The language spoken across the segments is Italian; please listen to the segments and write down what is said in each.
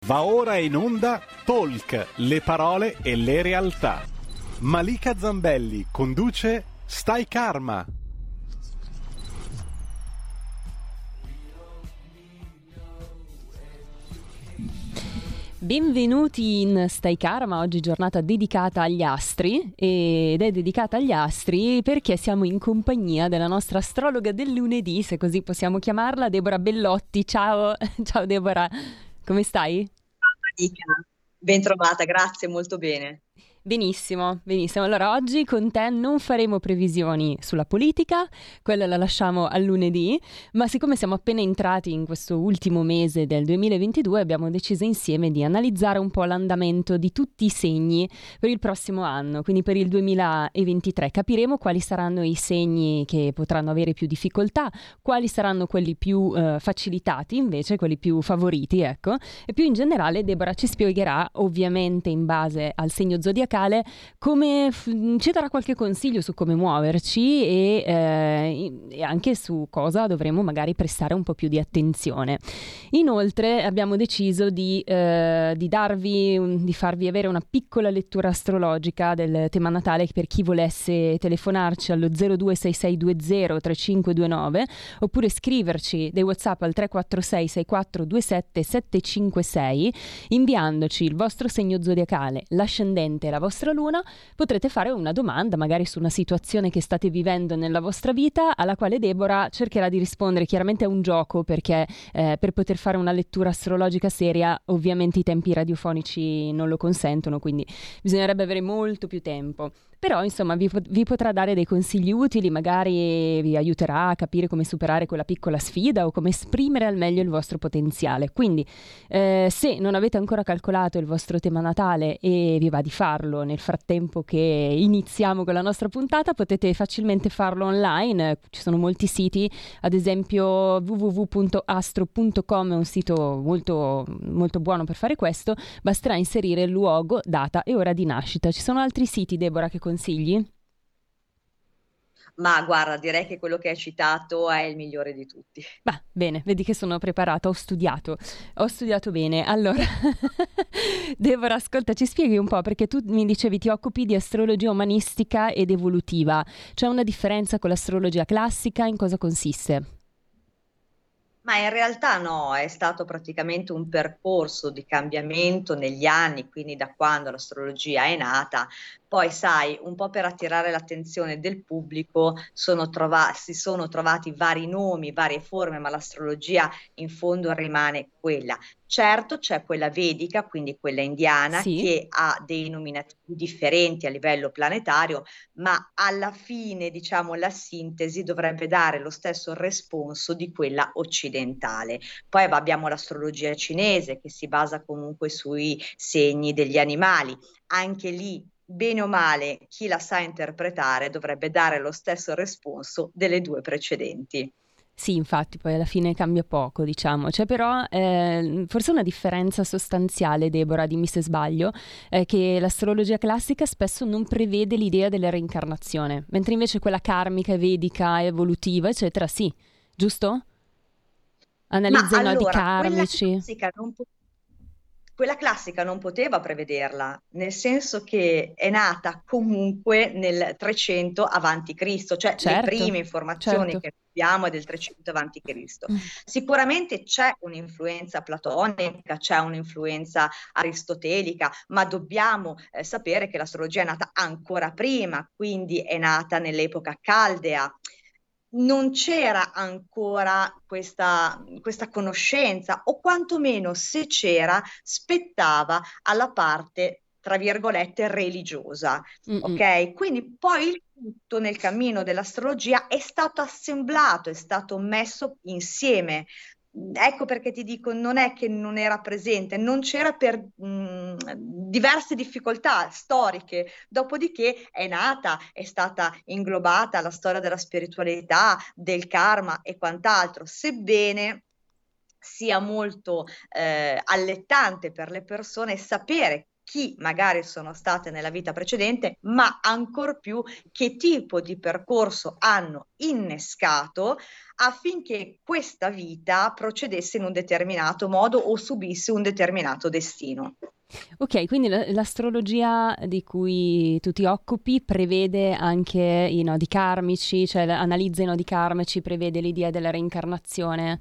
Va ora in onda Talk, le parole e le realtà. Malika Zambelli conduce Stai Karma. Benvenuti in Stai Karma, oggi giornata dedicata agli astri, ed è dedicata agli astri perché siamo in compagnia della nostra astrologa del lunedì, se così possiamo chiamarla, Deborah Bellotti. Ciao, ciao Deborah, come stai? Malika, ben trovata, grazie, molto bene. Benissimo, benissimo. Allora, oggi con te non faremo previsioni sulla politica, quella la lasciamo al lunedì, ma siccome siamo appena entrati in questo ultimo mese del 2022, abbiamo deciso insieme di analizzare un po' l'andamento di tutti i segni per il prossimo anno, quindi per il 2023. Capiremo quali saranno i segni che potranno avere più difficoltà, quali saranno quelli più facilitati invece, quelli più favoriti, ecco, e più in generale Deborah ci spiegherà, ovviamente in base al segno zodiacale, come ci darà qualche consiglio su come muoverci e anche su cosa dovremo magari prestare un po' più di attenzione. Inoltre abbiamo deciso di farvi avere una piccola lettura astrologica del tema natale per chi volesse telefonarci allo 026620 3529 oppure scriverci dei WhatsApp al 346 6427 756 inviandoci il vostro segno zodiacale, l'ascendente e la vostra luna. Potrete fare una domanda magari su una situazione che state vivendo nella vostra vita, alla quale Deborah cercherà di rispondere. Chiaramente è un gioco perché per poter fare una lettura astrologica seria ovviamente i tempi radiofonici non lo consentono, quindi bisognerebbe avere molto più tempo. Però insomma vi potrà dare dei consigli utili, magari vi aiuterà a capire come superare quella piccola sfida o come esprimere al meglio il vostro potenziale. Quindi se non avete ancora calcolato il vostro tema natale e vi va di farlo nel frattempo che iniziamo con la nostra puntata, potete facilmente farlo online. Ci sono molti siti, ad esempio www.astro.com è un sito molto, molto buono per fare questo. Basterà inserire luogo, data e ora di nascita. Ci sono altri siti, Deborah, che consigli? Ma guarda, direi che quello che hai citato è il migliore di tutti. Bah, bene, vedi che sono preparata, ho studiato bene. Allora, Deborah, ascolta, ci spieghi un po', perché tu mi dicevi ti occupi di astrologia umanistica ed evolutiva. C'è una differenza con l'astrologia classica? In cosa consiste? Ma in realtà no, è stato praticamente un percorso di cambiamento negli anni, quindi da quando l'astrologia è nata. Poi, sai, un po' per attirare l'attenzione del pubblico si sono trovati vari nomi, varie forme, ma l'astrologia in fondo rimane quella. Certo, c'è quella vedica, quindi quella indiana, Sì? che ha dei nominativi differenti a livello planetario, ma alla fine, diciamo, la sintesi dovrebbe dare lo stesso responso di quella occidentale. Poi abbiamo l'astrologia cinese che si basa comunque sui segni degli animali. Anche lì, bene o male, chi la sa interpretare dovrebbe dare lo stesso responso delle due precedenti. Sì, infatti poi alla fine cambia poco, diciamo. C'è però forse una differenza sostanziale, Deborah, dimmi se sbaglio, che l'astrologia classica spesso non prevede l'idea della reincarnazione, mentre invece quella karmica, vedica, evolutiva, eccetera, sì, giusto? Ma Analizza i nodi allora, karmici. quella classica non poteva prevederla, nel senso che è nata comunque nel 300 avanti Cristo, cioè le Certo, prime informazioni certo. che abbiamo è del 300 avanti Cristo. Sicuramente c'è un'influenza platonica, c'è un'influenza aristotelica, ma dobbiamo sapere che l'astrologia è nata ancora prima, quindi è nata nell'epoca caldea. Non c'era ancora questa conoscenza, o quantomeno se c'era, spettava alla parte, tra virgolette, religiosa. Mm-mm. Ok? Quindi poi il tutto nel cammino dell'astrologia è stato assemblato, è stato messo insieme. Ecco perché ti dico, non è che non era presente, non c'era per diverse difficoltà storiche. Dopodiché è nata, è stata inglobata la storia della spiritualità, del karma e quant'altro, sebbene sia molto allettante per le persone sapere chi magari sono state nella vita precedente, ma ancor più che tipo di percorso hanno innescato affinché questa vita procedesse in un determinato modo o subisse un determinato destino. Ok, quindi l'astrologia di cui tu ti occupi prevede anche i nodi karmici, cioè analizza i nodi karmici, prevede l'idea della reincarnazione?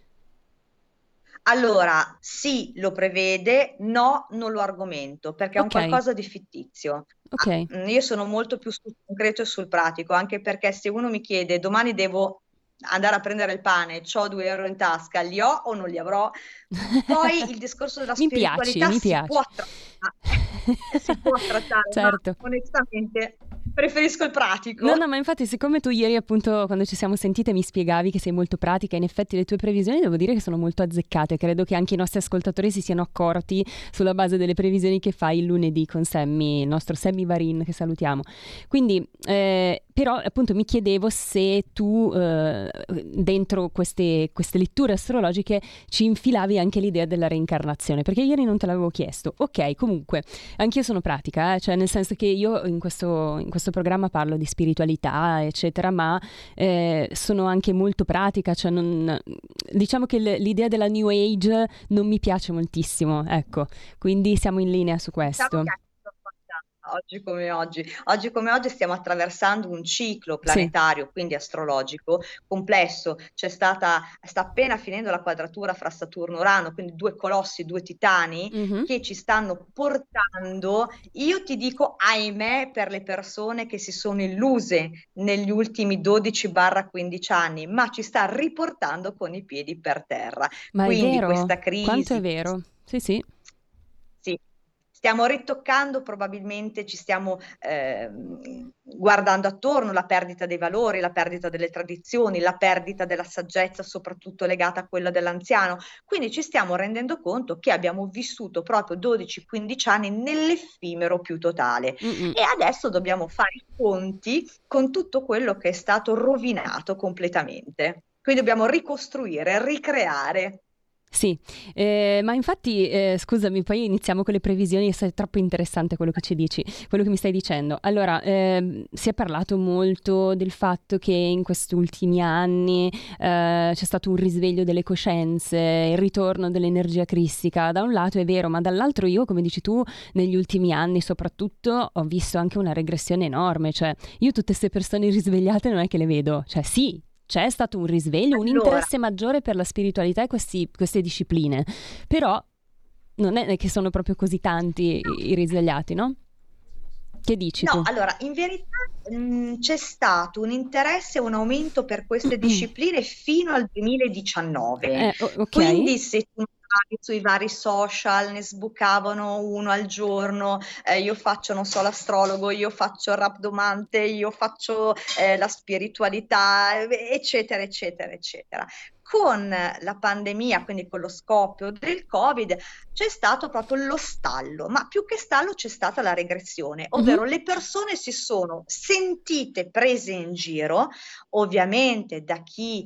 Allora, sì, lo prevede, no, non lo argomento, perché è un Ok, qualcosa di fittizio. ok. Io sono molto più sul concreto e sul pratico, anche perché se uno mi chiede domani devo andare a prendere il pane, ho 2 euro in tasca, li ho o non li avrò? Poi il discorso della Mi piaci, spiritualità mi si piaci. può trattare, si può trattare, ma Certo. onestamente preferisco il pratico. No, ma infatti siccome tu ieri appunto quando ci siamo sentite mi spiegavi che sei molto pratica, in effetti le tue previsioni devo dire che sono molto azzeccate, credo che anche i nostri ascoltatori si siano accorti sulla base delle previsioni che fai il lunedì con Sammy, il nostro Sammy Varin che salutiamo. Quindi, però appunto mi chiedevo se tu dentro queste letture astrologiche ci infilavi anche l'idea della reincarnazione, perché ieri non te l'avevo chiesto. Ok, comunque, anch'io sono pratica, cioè nel senso che io in questo programma parlo di spiritualità, eccetera, ma sono anche molto pratica, cioè diciamo che l'idea della New Age non mi piace moltissimo, ecco, quindi siamo in linea su questo. Diciamo che oggi come oggi stiamo attraversando un ciclo Sì. planetario, quindi astrologico, complesso. Sta appena finendo la quadratura fra Saturno e Urano, quindi 2 colossi, 2 titani Mhm. che ci stanno portando, io ti dico ahimè per le persone che si sono illuse negli ultimi 12-15 anni, ma ci sta riportando con i piedi per terra. Ma è Quindi vero? questa Quanto è crisi, vero? Sì, sì. sì, stiamo ritoccando, probabilmente ci stiamo guardando attorno, la perdita dei valori, la perdita delle tradizioni, la perdita della saggezza, soprattutto legata a quella dell'anziano. Quindi ci stiamo rendendo conto che abbiamo vissuto proprio 12-15 anni nell'effimero più totale Mm-mm. e adesso dobbiamo fare i conti con tutto quello che è stato rovinato completamente. Quindi dobbiamo ricostruire, ricreare. Sì, ma infatti, scusami, poi iniziamo con le previsioni, è troppo interessante quello che ci dici, quello che mi stai dicendo. Allora, si è parlato molto del fatto che in questi ultimi anni c'è stato un risveglio delle coscienze, il ritorno dell'energia cristica. Da un lato è vero, ma dall'altro io, come dici tu, negli ultimi anni soprattutto ho visto anche una regressione enorme, cioè io tutte queste persone risvegliate non è che le vedo, cioè sì. C'è stato un risveglio, un interesse maggiore per la spiritualità e queste discipline, però non è che sono proprio così tanti i risvegliati, no? Che dici tu? No, allora, in verità c'è stato un interesse e un aumento per queste discipline fino al 2019. Ok. Quindi se tu andavi sui vari social, ne sbucavano uno al giorno, io faccio, non so, l'astrologo, io faccio il rabdomante, io faccio la spiritualità, eccetera, eccetera, eccetera. Con la pandemia, quindi con lo scoppio del Covid, c'è stato proprio lo stallo, ma più che stallo c'è stata la regressione, ovvero le persone si sono sentite prese in giro, ovviamente da chi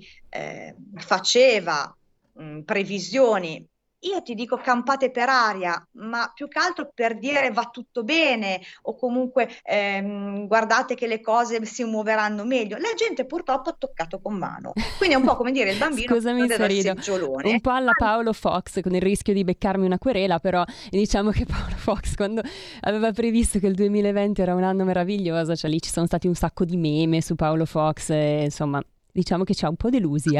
faceva previsioni. Io ti dico campate per aria, ma più che altro per dire va tutto bene o comunque guardate che le cose si muoveranno meglio. La gente purtroppo ha toccato con mano. Quindi è un po' come dire il bambino Scusami se dal rido, seggiolone. un po' alla Paolo Fox, con il rischio di beccarmi una querela, però diciamo che Paolo Fox quando aveva previsto che il 2020 era un anno meraviglioso, cioè lì ci sono stati un sacco di meme su Paolo Fox e, insomma, diciamo che ci ha un po' delusi,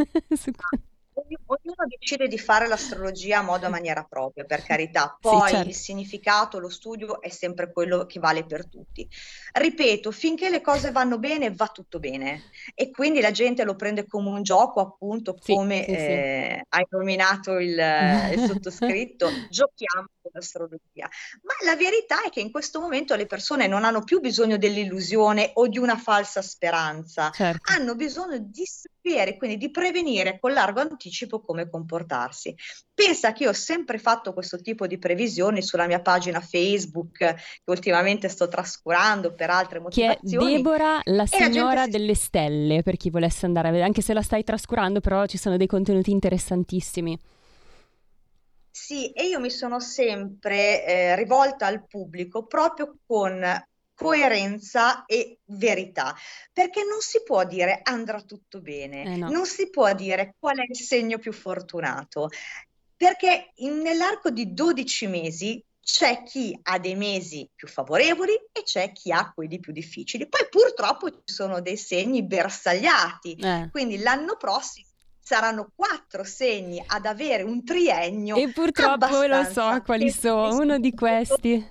Ognuno decide di fare l'astrologia a modo e maniera propria, per carità. Poi sì, certo. Il significato, lo studio è sempre quello che vale per tutti. Ripeto, finché le cose vanno bene, va tutto bene. E quindi la gente lo prende come un gioco, appunto, Sì, come sì. hai nominato il sottoscritto, giochiamo con l'astrologia. Ma la verità è che in questo momento le persone non hanno più bisogno dell'illusione o di una falsa speranza, Certo. hanno bisogno di sapere, quindi di prevenire con largo anticipo come comportarsi. Pensa che io ho sempre fatto questo tipo di previsioni sulla mia pagina Facebook, che ultimamente sto trascurando per altre Che è motivazioni. Debora, la signora si... delle stelle, per chi volesse andare a vedere, anche se la stai trascurando, però ci sono dei contenuti interessantissimi. Sì, e io mi sono sempre rivolta al pubblico proprio con coerenza e verità, perché non si può dire andrà tutto bene, No. non si può dire qual è il segno più fortunato, perché nell'arco di 12 mesi c'è chi ha dei mesi più favorevoli e c'è chi ha quelli più difficili. Poi purtroppo ci sono dei segni bersagliati, quindi l'anno prossimo saranno 4 segni ad avere un triennio E purtroppo lo so abbastanza quali sono, uno di questi.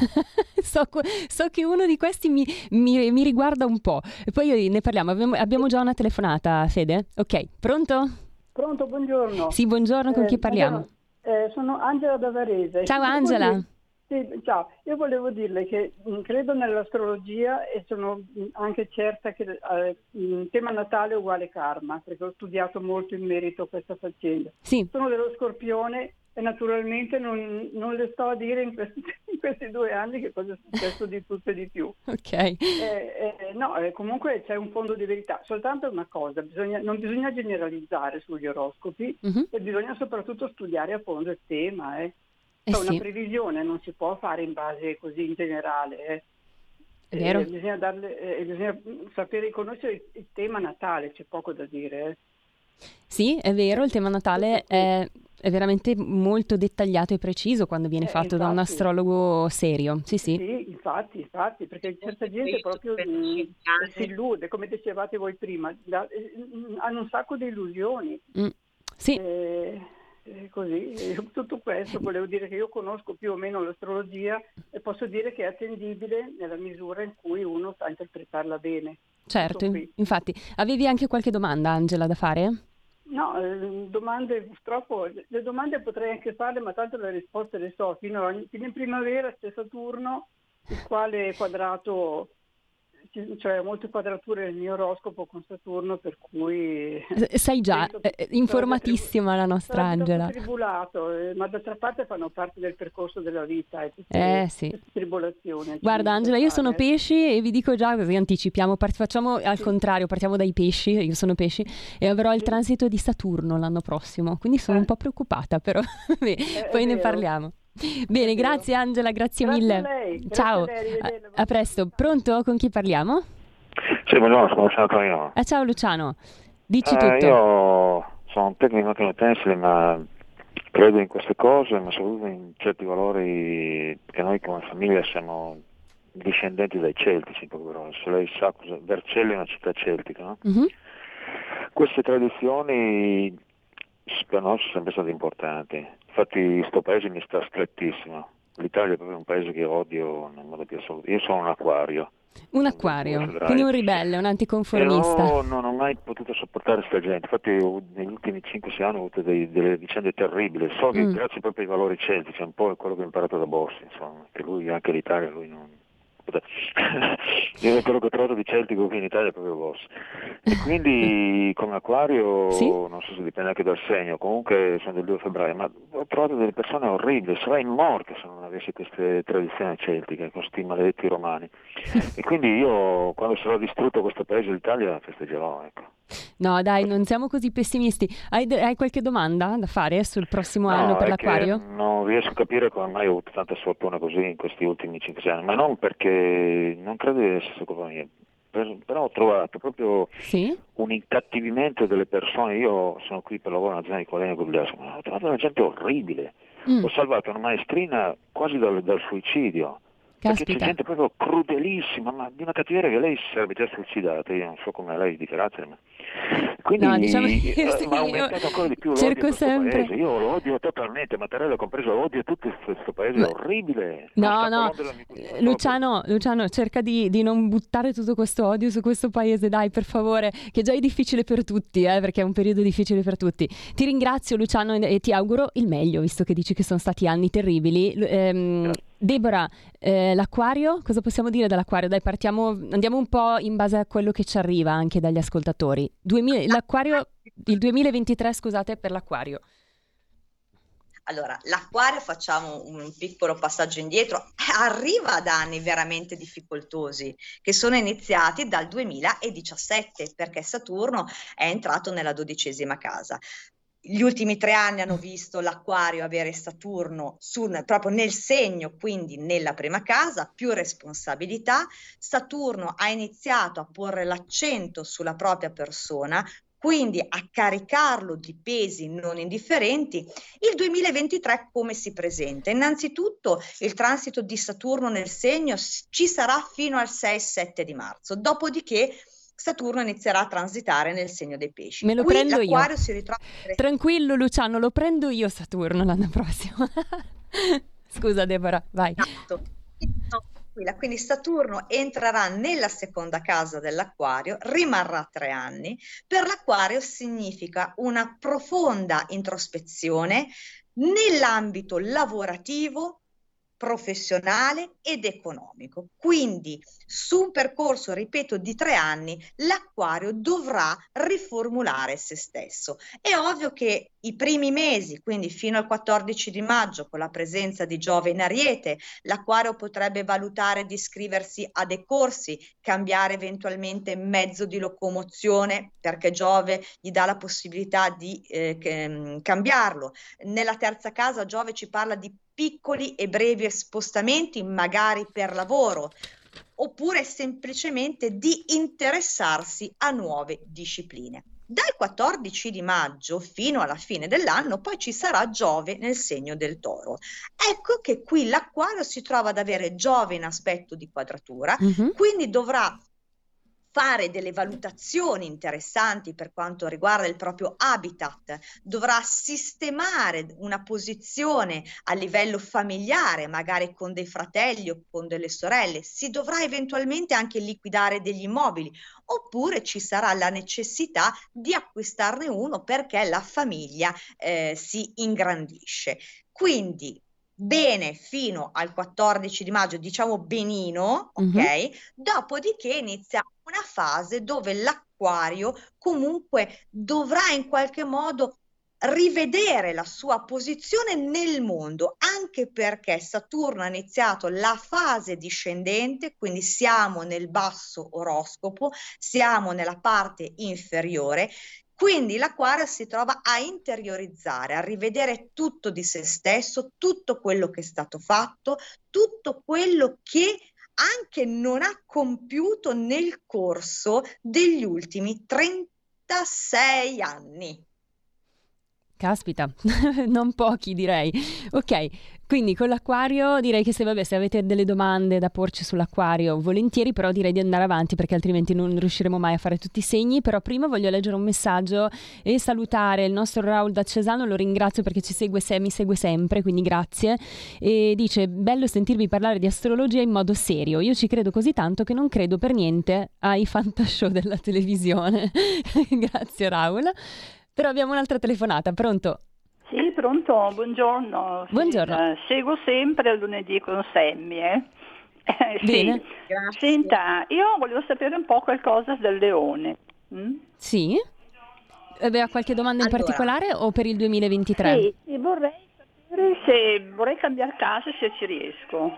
So che uno di questi mi riguarda un po'. E poi ne parliamo. Abbiamo già una telefonata, Fede? Ok, pronto? Pronto, buongiorno. Sì, buongiorno, con chi parliamo? Sono Angela da Varese. Ciao Angela. Sì, ciao. Io volevo dirle che credo nell'astrologia e sono anche certa che il tema natale è uguale karma, perché ho studiato molto in merito a questa faccenda. Sì. Sono dello Scorpione e naturalmente non le sto a dire in questi 2 anni che cosa è successo di tutto e di più. Ok. Comunque c'è un fondo di verità. Soltanto una cosa, non bisogna generalizzare sugli oroscopi e bisogna soprattutto studiare a fondo il tema. Una previsione non si può fare in base così in generale. È vero. Bisogna sapere riconoscere il tema natale, c'è poco da dire. Sì, è vero, il tema natale è veramente molto dettagliato e preciso quando viene fatto da un astrologo serio. Sì, sì. Sì, infatti, perché certa gente proprio si illude, come dicevate voi prima, hanno un sacco di illusioni. Sì. Così, tutto questo volevo dire che io conosco più o meno l'astrologia e posso dire che è attendibile nella misura in cui uno sa interpretarla bene. Certo, infatti. Avevi anche qualche domanda, Angela, da fare? No, domande purtroppo, le domande potrei anche farle, ma tanto le risposte le so. Fino in primavera c'è Saturno, il quale è quadrato, cioè molte quadrature nel mio oroscopo con Saturno, per cui sei già informatissima la nostra Angela. Tribulato, ma d'altra parte fanno parte del percorso della vita e sì. tribolazioni. Guarda Angela, io sono pesci e vi dico già, così anticipiamo, facciamo al contrario, partiamo dai pesci, io sono pesci e avrò il transito di Saturno l'anno prossimo, quindi sono un po' preoccupata, però poi ne parliamo. Bene, grazie Angela, grazie mille. A lei, ciao, a presto. Pronto? Con chi parliamo? Sì, buongiorno, sono Luciano Cariano. Ciao Luciano, dici tutto. Io sono un tecnico macchine utensili, ma credo in queste cose, ma soprattutto in certi valori che noi come famiglia siamo discendenti dai Celtici, se lei sa cosa, Vercelli è una città celtica, no? Mm-hmm. Queste tradizioni per noi sono sempre state importanti. Infatti questo paese mi sta strettissimo. L'Italia è proprio un paese che odio nel modo più assoluto. Io sono un acquario. Un acquario, quindi un ribelle, un anticonformista. Io non ho mai potuto sopportare questa gente. Infatti negli ultimi 5-6 anni ho avuto delle vicende terribili. So che grazie proprio ai valori celtici, è un po' quello che ho imparato da Bossi, insomma, che lui, anche l'Italia, lui non... Io quello che ho trovato di celtico qui in Italia è proprio Bossi. E quindi come acquario, non so se dipende anche dal segno, comunque sono del 2 febbraio, ma ho trovato delle persone orribili, sarei morto se non avessi queste tradizioni celtiche, con questi maledetti romani. E quindi io, quando sarò distrutto questo paese, l'Italia, festeggerò, ecco. No dai, non siamo così pessimisti. Hai qualche domanda da fare sul prossimo anno per l'acquario? Non riesco a capire come mai ho avuto tanta sfortuna così in questi ultimi 5 anni, ma non perché non credo di essere colpa mia, però ho trovato proprio un incattivimento delle persone. Io sono qui per lavoro in un'azienda di Collegno Guglielmo, ma ho trovato una gente orribile. Ho salvato una maestrina quasi dal suicidio. Caspita. Perché c'è gente proprio crudelissima, ma di una cattiveria che lei si sarebbe già suicidata. Io non so come lei di carattere, ma quindi no, diciamo ma ha aumentato ancora di più l'odio in sempre. Paese. Io lo odio totalmente, Mattarella compreso, lo odio tutto questo paese, è orribile. No, Luciano, cerca di non buttare tutto questo odio su questo paese, dai, per favore, che già è difficile per tutti, perché è un periodo difficile per tutti. Ti ringrazio Luciano e ti auguro il meglio, visto che dici che sono stati anni terribili. Deborah, l'acquario, cosa possiamo dire dell'acquario? Dai, andiamo un po' in base a quello che ci arriva anche dagli ascoltatori. Il 2023, scusate, per l'acquario. Allora, l'acquario, facciamo un piccolo passaggio indietro, arriva ad anni veramente difficoltosi che sono iniziati dal 2017, perché Saturno è entrato nella 12ª casa. Gli ultimi 3 anni hanno visto l'Acquario avere Saturno proprio nel segno, quindi nella prima casa, più responsabilità. Saturno ha iniziato a porre l'accento sulla propria persona, quindi a caricarlo di pesi non indifferenti. Il 2023 come si presenta? Innanzitutto il transito di Saturno nel segno ci sarà fino al 6-7 di marzo, dopodiché Saturno inizierà a transitare nel segno dei pesci. Me lo Qui prendo l'Acquario io. si ritrova... Tranquillo Luciano, lo prendo io Saturno l'anno prossimo. Scusa Deborah, vai. Esatto. Quindi Saturno entrerà nella seconda casa dell'Acquario, rimarrà 3 anni. Per l'Acquario significa una profonda introspezione nell'ambito lavorativo, professionale ed economico. Quindi su un percorso, ripeto, di 3 anni, l'Acquario dovrà riformulare se stesso. È ovvio che i primi mesi, quindi fino al 14 di maggio, con la presenza di Giove in Ariete, l'Acquario potrebbe valutare di iscriversi a dei corsi, cambiare eventualmente mezzo di locomozione, perché Giove gli dà la possibilità di cambiarlo. Nella terza casa Giove ci parla di piccoli e brevi spostamenti, magari per lavoro, oppure semplicemente di interessarsi a nuove discipline. Dal 14 di maggio fino alla fine dell'anno poi ci sarà Giove nel segno del Toro. Ecco che qui l'Acquario si trova ad avere Giove in aspetto di quadratura, quindi dovrà fare delle valutazioni interessanti per quanto riguarda il proprio habitat, dovrà sistemare una posizione a livello familiare, magari con dei fratelli o con delle sorelle, si dovrà eventualmente anche liquidare degli immobili, oppure ci sarà la necessità di acquistarne uno perché la famiglia si ingrandisce. Quindi bene fino al 14 di maggio, diciamo benino, ok? Dopodiché inizia una fase dove l'Acquario comunque dovrà in qualche modo rivedere la sua posizione nel mondo, anche perché Saturno ha iniziato la fase discendente, quindi siamo nel basso oroscopo, siamo nella parte inferiore. Quindi l'Acquario si trova a interiorizzare, a rivedere tutto di se stesso, tutto quello che è stato fatto, tutto quello che anche non ha compiuto nel corso degli ultimi 36 anni. Caspita, non pochi direi. Ok, quindi con l'Acquario direi che se avete delle domande da porci sull'Acquario, volentieri, però direi di andare avanti perché altrimenti non riusciremo mai a fare tutti i segni. Però prima voglio leggere un messaggio e salutare il nostro Raul da Cesano, lo ringrazio perché mi segue sempre, quindi grazie. E dice: bello sentirvi parlare di astrologia in modo serio, io ci credo così tanto che non credo per niente ai fantashow della televisione. Grazie Raul. Però abbiamo un'altra telefonata, pronto? Sì, pronto, buongiorno. Buongiorno. Seguo sempre a lunedì con Sammy. Bene. Sì. Senta, io volevo sapere un po' qualcosa del Leone. Sì? Aveva qualche domanda in particolare o per il 2023? Sì, vorrei sapere se vorrei cambiare casa se ci riesco.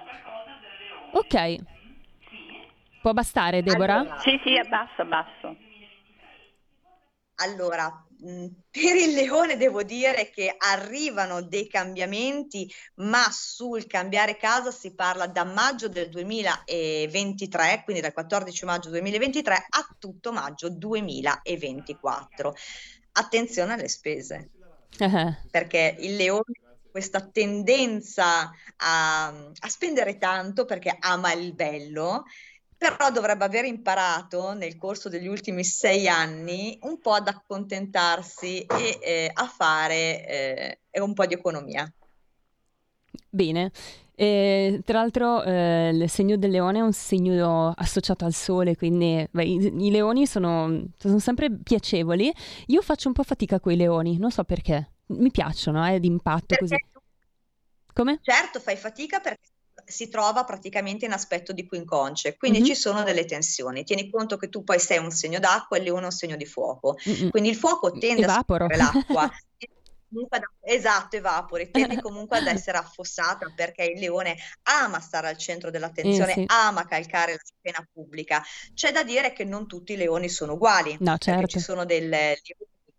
Ok. Può bastare, Deborah? Allora. Sì, abbasso. Allora, per il Leone devo dire che arrivano dei cambiamenti, ma sul cambiare casa si parla da maggio del 2023, quindi dal 14 maggio 2023 a tutto maggio 2024. Attenzione alle spese, perché il Leone ha questa tendenza a spendere tanto perché ama il bello, però dovrebbe aver imparato nel corso degli ultimi 6 anni un po' ad accontentarsi e a fare un po' di economia. Bene. Tra l'altro il segno del leone è un segno associato al sole, quindi i leoni sono sempre piacevoli. Io faccio un po' fatica con i leoni, non so perché. Mi piacciono, d'impatto Perché così. Come? Certo, fai fatica perché si trova praticamente in aspetto di quincunce, quindi ci sono delle tensioni. Tieni conto che tu poi sei un segno d'acqua e il leone è un segno di fuoco, quindi il fuoco tende Evaporo. a scorrere l'acqua. Esatto, evapori, tende comunque ad essere affossata perché il leone ama stare al centro dell'attenzione, sì. ama calcare la scena pubblica. C'è da dire che non tutti i leoni sono uguali, No, certo. perché ci sono dei leoni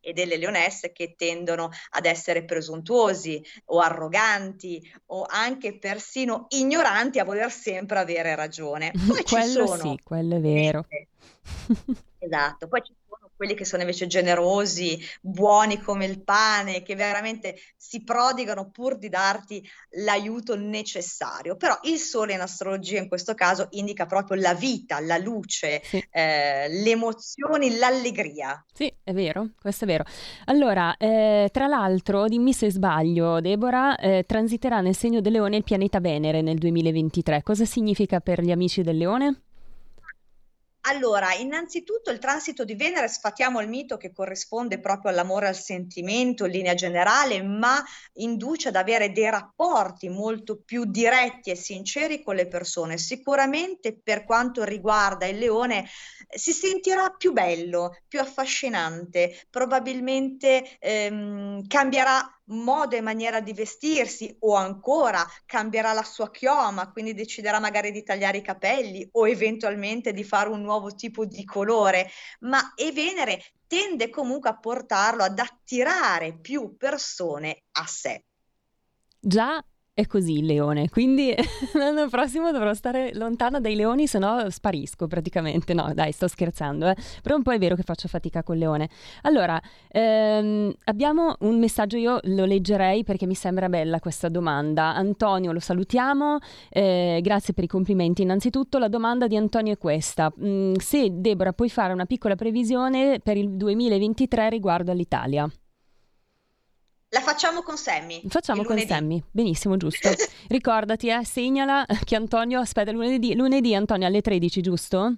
e delle leonesse che tendono ad essere presuntuosi o arroganti o anche persino ignoranti, a voler sempre avere ragione. Poi Quello sì, quello è vero. Esatto, poi ci sono quelli che sono invece generosi, buoni come il pane, che veramente si prodigano pur di darti l'aiuto necessario. Però il sole in astrologia in questo caso indica proprio la vita, la luce, Sì. le emozioni, l'allegria. Sì, è vero, questo è vero. Allora, tra l'altro, dimmi se sbaglio, Deborah, transiterà nel segno del Leone il pianeta Venere nel 2023. Cosa significa per gli amici del Leone? Allora, innanzitutto il transito di Venere, sfatiamo il mito che corrisponde proprio all'amore e al sentimento in linea generale, ma induce ad avere dei rapporti molto più diretti e sinceri con le persone. Sicuramente per quanto riguarda il Leone si sentirà più bello, più affascinante, probabilmente cambierà modo e maniera di vestirsi, o ancora cambierà la sua chioma, quindi deciderà magari di tagliare i capelli o eventualmente di fare un nuovo tipo di colore, e Venere tende comunque a portarlo ad attirare più persone a sé. Già è così il Leone, quindi l'anno prossimo dovrò stare lontana dai leoni, se no sparisco praticamente. No, dai, sto scherzando, però un po' è vero che faccio fatica col leone. Allora, abbiamo un messaggio, io lo leggerei perché mi sembra bella questa domanda. Antonio, lo salutiamo, grazie per i complimenti. Innanzitutto la domanda di Antonio è questa: se Deborah puoi fare una piccola previsione per il 2023 riguardo all'Italia. La facciamo con Sammy. Facciamo con Sammy, benissimo, giusto. Ricordati, segnala che Antonio aspetta lunedì Antonio alle 13, giusto?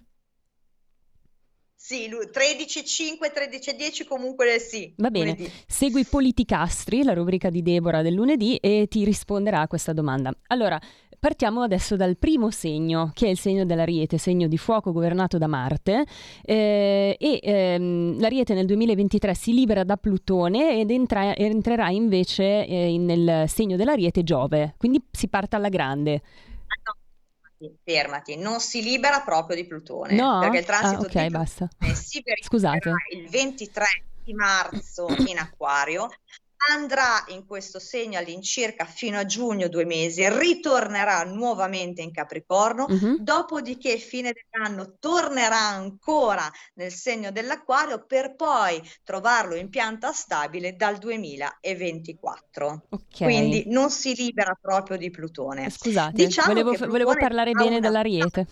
Sì, 13.05, 13.10 comunque sì. Va bene, lunedì. Segui Politicastri, la rubrica di Deborah del lunedì, e ti risponderà a questa domanda. Allora, partiamo adesso dal primo segno, che è il segno dell'Ariete, segno di fuoco governato da Marte, l'Ariete nel 2023 si libera da Plutone ed entrerà invece nel segno dell'Ariete Giove, quindi si parte alla grande. Fermati, non si libera proprio di Plutone, no? Perché il transito di Plutone basta. si verificherà il 23 di marzo in Acquario, andrà in questo segno all'incirca fino a giugno, 2 mesi, ritornerà nuovamente in Capricorno, dopodiché fine dell'anno tornerà ancora nel segno dell'Acquario per poi trovarlo in pianta stabile dal 2024. Okay. Quindi non si libera proprio di Plutone. Scusate, diciamo volevo parlare bene dell'Ariete.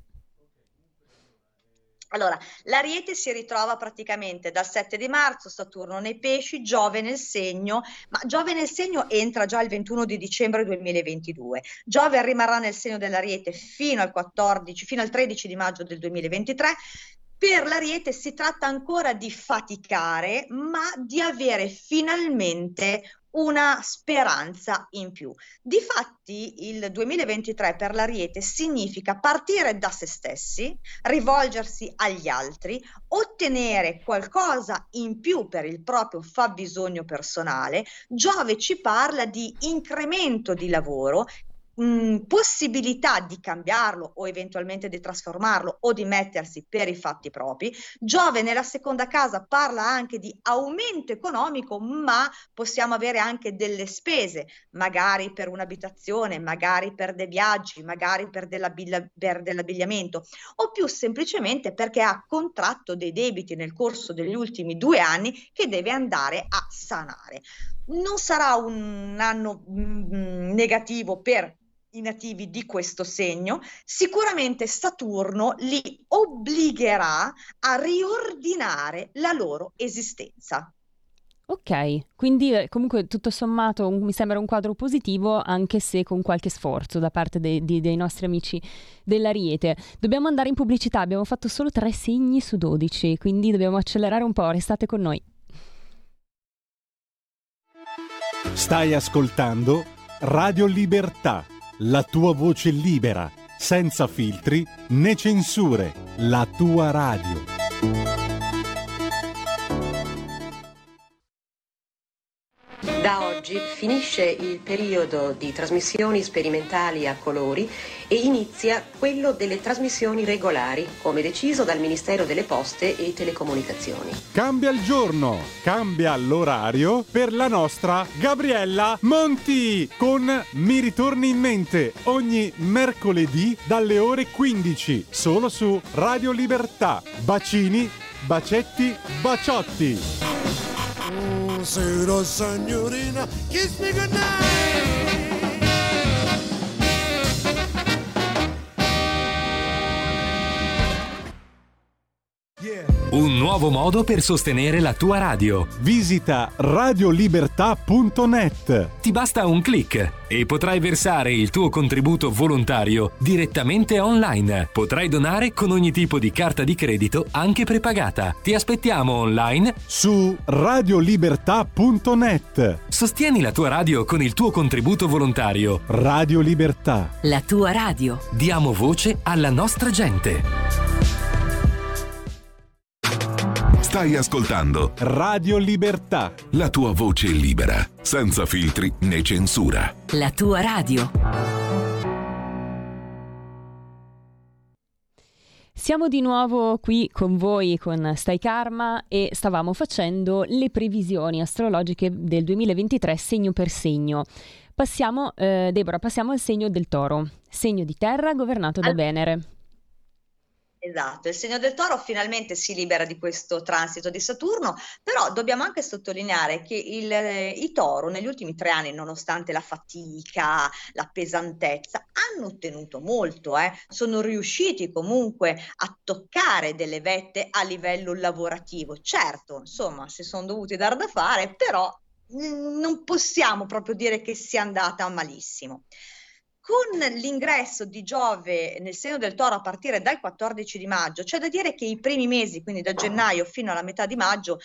Allora, l'Ariete si ritrova praticamente dal 7 di marzo, Saturno nei Pesci, Giove nel segno, ma Giove nel segno entra già il 21 di dicembre 2022. Giove rimarrà nel segno dell'Ariete fino al 13 di maggio del 2023. Per l'Ariete si tratta ancora di faticare, ma di avere finalmente una speranza in più. Difatti il 2023 per l'Ariete significa partire da se stessi, rivolgersi agli altri, ottenere qualcosa in più per il proprio fabbisogno personale. Giove ci parla di incremento di lavoro, possibilità di cambiarlo o eventualmente di trasformarlo o di mettersi per i fatti propri. Giove nella seconda casa parla anche di aumento economico, ma possiamo avere anche delle spese, magari per un'abitazione, magari per dei viaggi, magari per dell'abbigliamento, o più semplicemente perché ha contratto dei debiti nel corso degli ultimi 2 anni che deve andare a sanare. Non sarà un anno negativo per i nativi di questo segno. Sicuramente Saturno li obbligherà a riordinare la loro esistenza. Ok, quindi comunque tutto sommato mi sembra un quadro positivo, anche se con qualche sforzo da parte dei nostri amici dell'Ariete. Dobbiamo andare in pubblicità, abbiamo fatto solo 3 segni su 12, quindi dobbiamo accelerare un po', restate con noi. Stai ascoltando Radio Libertà, la tua voce libera, senza filtri né censure, la tua radio. Da oggi oggi finisce il periodo di trasmissioni sperimentali a colori e inizia quello delle trasmissioni regolari, come deciso dal Ministero delle Poste e Telecomunicazioni. Cambia il giorno, cambia l'orario per la nostra Gabriella Monti con Mi ritorni in mente ogni mercoledì dalle ore 15 solo su Radio Libertà. Bacini, bacetti, baciotti. Sera signorina, kiss me goodnight. Un nuovo modo per sostenere la tua radio. Visita radiolibertà.net. Ti basta un click e potrai versare il tuo contributo volontario direttamente online. Potrai donare con ogni tipo di carta di credito, anche prepagata. Ti aspettiamo online su radiolibertà.net. Sostieni la tua radio con il tuo contributo volontario. Radio Libertà. La tua radio. Diamo voce alla nostra gente. Stai ascoltando Radio Libertà. La tua voce libera, senza filtri né censura. La tua radio. Siamo di nuovo qui con voi con Stai Karma e stavamo facendo le previsioni astrologiche del 2023 segno per segno. Passiamo, Deborah, passiamo al segno del Toro, segno di terra governato da Venere. Esatto, il segno del Toro finalmente si libera di questo transito di Saturno, però dobbiamo anche sottolineare che i Toro negli ultimi 3 anni, nonostante la fatica, la pesantezza, hanno ottenuto molto, sono riusciti comunque a toccare delle vette a livello lavorativo. Certo, insomma, si sono dovuti dar da fare, però non possiamo proprio dire che sia andata malissimo. Con l'ingresso di Giove nel segno del Toro a partire dal 14 di maggio, c'è da dire che i primi mesi, quindi da gennaio fino alla metà di maggio,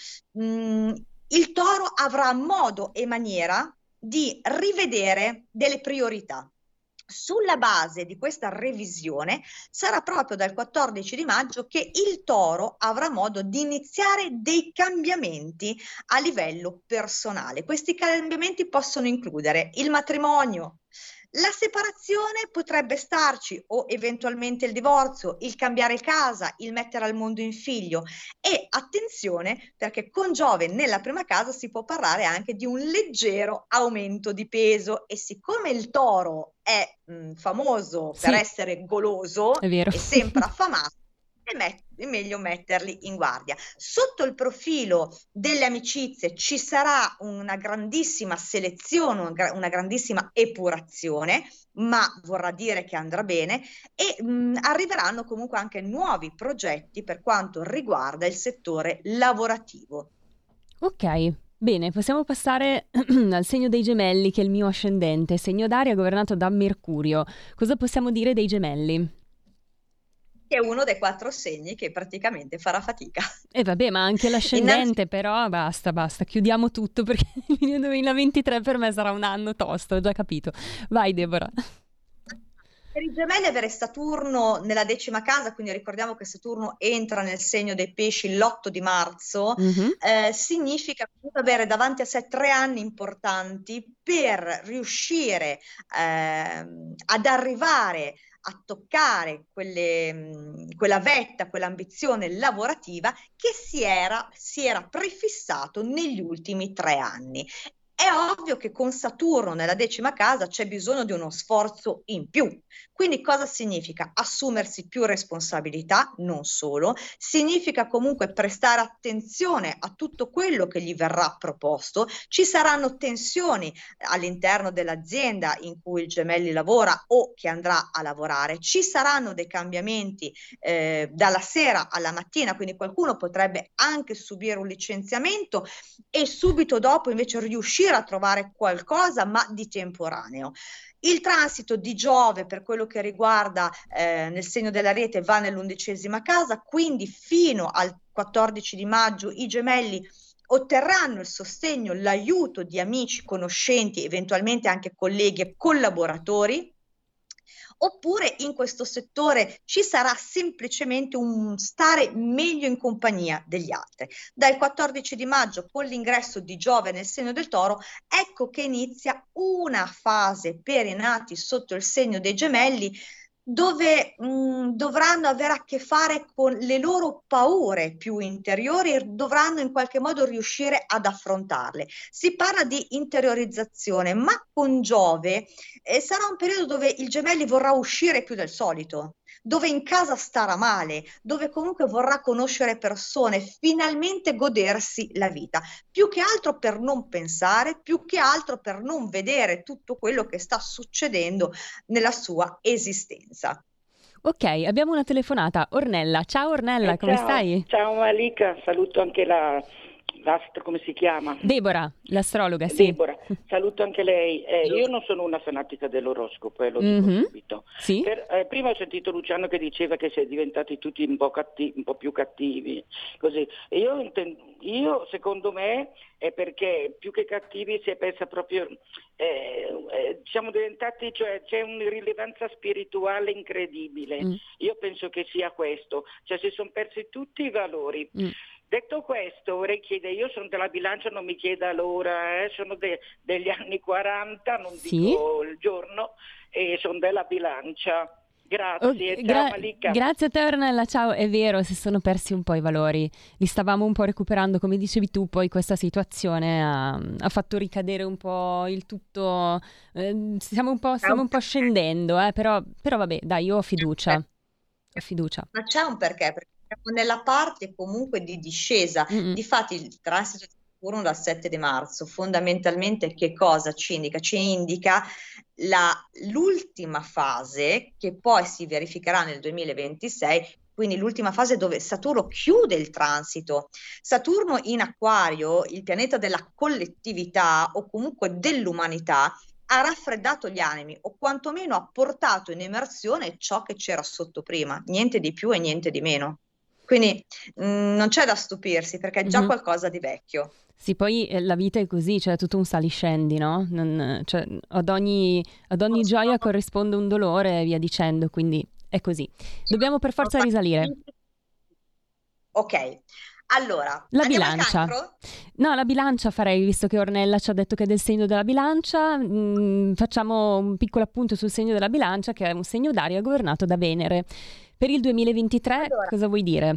il Toro avrà modo e maniera di rivedere delle priorità. Sulla base di questa revisione sarà proprio dal 14 di maggio che il Toro avrà modo di iniziare dei cambiamenti a livello personale. Questi cambiamenti possono includere il matrimonio, la separazione potrebbe starci o eventualmente il divorzio, il cambiare casa, il mettere al mondo un figlio e attenzione perché con Giove nella prima casa si può parlare anche di un leggero aumento di peso e siccome il Toro è famoso per essere goloso e sempre affamato, è meglio metterli in guardia. Sotto il profilo delle amicizie ci sarà una grandissima selezione, una grandissima epurazione, ma vorrà dire che andrà bene e arriveranno comunque anche nuovi progetti per quanto riguarda il settore lavorativo. Ok. Bene, possiamo passare al segno dei Gemelli, che è il mio ascendente, segno d'aria governato da Mercurio. Cosa possiamo dire dei Gemelli? Che è uno dei 4 segni che praticamente farà fatica. E vabbè, ma anche l'ascendente, però basta, chiudiamo tutto perché il 2023 per me sarà un anno tosto, ho già capito. Vai Deborah. Per i Gemelli avere Saturno nella 10ª casa, quindi ricordiamo che Saturno entra nel segno dei Pesci l'8 di marzo, significa avere davanti a sé 3 anni importanti per riuscire ad arrivare a toccare quella vetta, quell'ambizione lavorativa che si era prefissato negli ultimi 3 anni. È ovvio che con Saturno nella 10ª casa c'è bisogno di uno sforzo in più. Quindi cosa significa? Assumersi più responsabilità, non solo, significa comunque prestare attenzione a tutto quello che gli verrà proposto. Ci saranno tensioni all'interno dell'azienda in cui il Gemelli lavora o che andrà a lavorare. Ci saranno dei cambiamenti dalla sera alla mattina, quindi qualcuno potrebbe anche subire un licenziamento e subito dopo invece riuscire a trovare qualcosa ma di temporaneo. Il transito di Giove per quello che riguarda nel segno dell'Ariete va nell'11ª casa, quindi fino al 14 di maggio i Gemelli otterranno il sostegno, l'aiuto di amici, conoscenti, eventualmente anche colleghi e collaboratori. Oppure in questo settore ci sarà semplicemente un stare meglio in compagnia degli altri. Dal 14 di maggio, con l'ingresso di Giove nel segno del Toro, ecco che inizia una fase per i nati sotto il segno dei Gemelli, dove dovranno avere a che fare con le loro paure più interiori e dovranno in qualche modo riuscire ad affrontarle. Si parla di interiorizzazione, ma con Giove sarà un periodo dove il Gemelli vorrà uscire più del solito, dove in casa starà male, dove comunque vorrà conoscere persone, finalmente godersi la vita, più che altro per non pensare, più che altro per non vedere tutto quello che sta succedendo nella sua esistenza. Ok, abbiamo una telefonata. Ornella, ciao Ornella, come stai? Ciao Malika, saluto anche l'astro, come si chiama? Deborah, l'astrologa, sì. Deborah, saluto anche lei. Io non sono una fanatica dell'oroscopo, lo dico subito. Sì? Prima ho sentito Luciano che diceva che si è diventati tutti un po' più cattivi, così. E io secondo me è perché più che cattivi si è persa proprio, siamo diventati, cioè c'è un'irrilevanza spirituale incredibile. Io penso che sia questo, cioè si sono persi tutti i valori. Detto questo, vorrei chiedere, io sono della Bilancia, non mi chieda l'ora, sono degli anni 40, non dico il giorno, e sono della Bilancia. Grazie, ciao Malika. Grazie a te Ornella, ciao. È vero, si sono persi un po' i valori, li stavamo un po' recuperando, come dicevi tu, poi questa situazione ha fatto ricadere un po' il tutto, stiamo un po' scendendo, però vabbè, dai, io ho fiducia. Ma c'è un perché siamo nella parte comunque di discesa. Difatti il transito di Saturno dal 7 di marzo fondamentalmente che cosa ci indica? Ci indica l'ultima fase che poi si verificherà nel 2026, quindi l'ultima fase dove Saturno chiude il transito. Saturno in Acquario, il pianeta della collettività o comunque dell'umanità, ha raffreddato gli animi o quantomeno ha portato in emersione ciò che c'era sotto prima, niente di più e niente di meno. Quindi non c'è da stupirsi perché è già qualcosa di vecchio. Sì, poi la vita è così, cioè tutto un saliscendi, no? Cioè, ad ogni gioia corrisponde un dolore e via dicendo, quindi è così. Dobbiamo per forza risalire. Ok, allora, la bilancia. No, la bilancia farei, visto che Ornella ci ha detto che è del segno della bilancia, facciamo un piccolo appunto sul segno della bilancia, che è un segno d'aria governato da Venere. Per il 2023 cosa vuoi dire?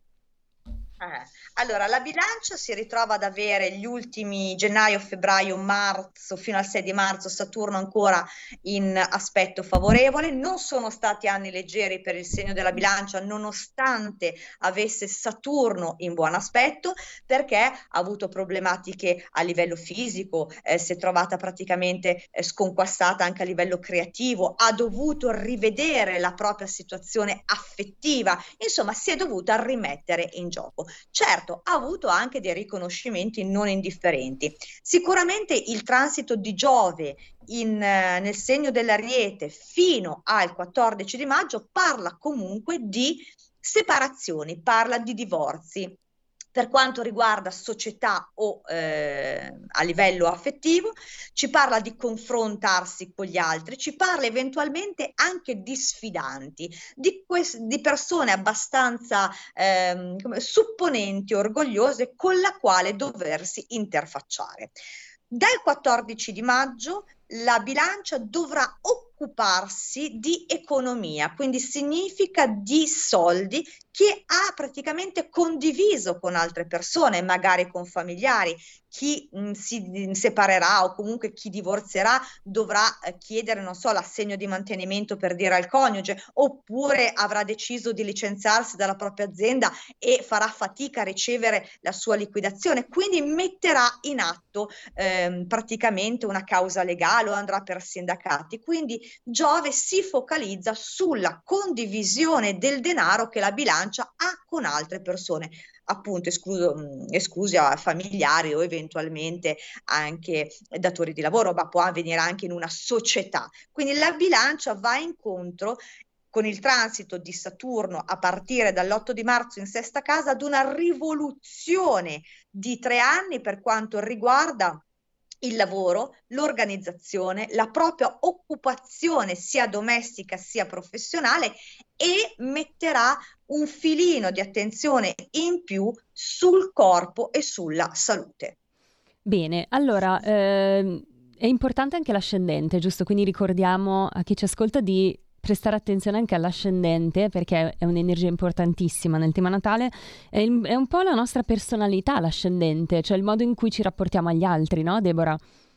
Allora, la bilancia si ritrova ad avere gli ultimi gennaio, febbraio, marzo, fino al 6 di marzo, Saturno ancora in aspetto favorevole. Non sono stati anni leggeri per il segno della bilancia, nonostante avesse Saturno in buon aspetto, perché ha avuto problematiche a livello fisico, si è trovata praticamente sconquassata anche a livello creativo, ha dovuto rivedere la propria situazione affettiva, insomma si è dovuta rimettere in gioco. Certo, ha avuto anche dei riconoscimenti non indifferenti. Sicuramente il transito di Giove nel segno dell'Ariete fino al 14 di maggio parla comunque di separazioni, parla di divorzi. Per quanto riguarda società o a livello affettivo, ci parla di confrontarsi con gli altri, ci parla eventualmente anche di sfidanti, di persone abbastanza supponenti, orgogliose, con la quale doversi interfacciare. Dal 14 di maggio la bilancia dovrà occuparsi di economia, quindi significa di soldi che ha praticamente condiviso con altre persone, magari con familiari. Chi si separerà o comunque chi divorzierà dovrà chiedere, non so, l'assegno di mantenimento per dire al coniuge, oppure avrà deciso di licenziarsi dalla propria azienda e farà fatica a ricevere la sua liquidazione, quindi metterà in atto praticamente una causa legale o andrà per sindacati. Quindi Giove si focalizza sulla condivisione del denaro che la bilancia ha con altre persone, appunto esclusi a familiari o eventualmente anche datori di lavoro, ma può avvenire anche in una società. Quindi la bilancia va incontro con il transito di Saturno a partire dall'8 di marzo in sesta casa ad una rivoluzione di 3 anni per quanto riguarda il lavoro, l'organizzazione, la propria occupazione sia domestica sia professionale, e metterà un filino di attenzione in più sul corpo e sulla salute. Bene, allora è importante anche l'ascendente, giusto? Quindi ricordiamo a chi ci ascolta di prestare attenzione anche all'ascendente, perché è un'energia importantissima nel tema natale. È un po' la nostra personalità, l'ascendente, cioè il modo in cui ci rapportiamo agli altri, no, Deborah?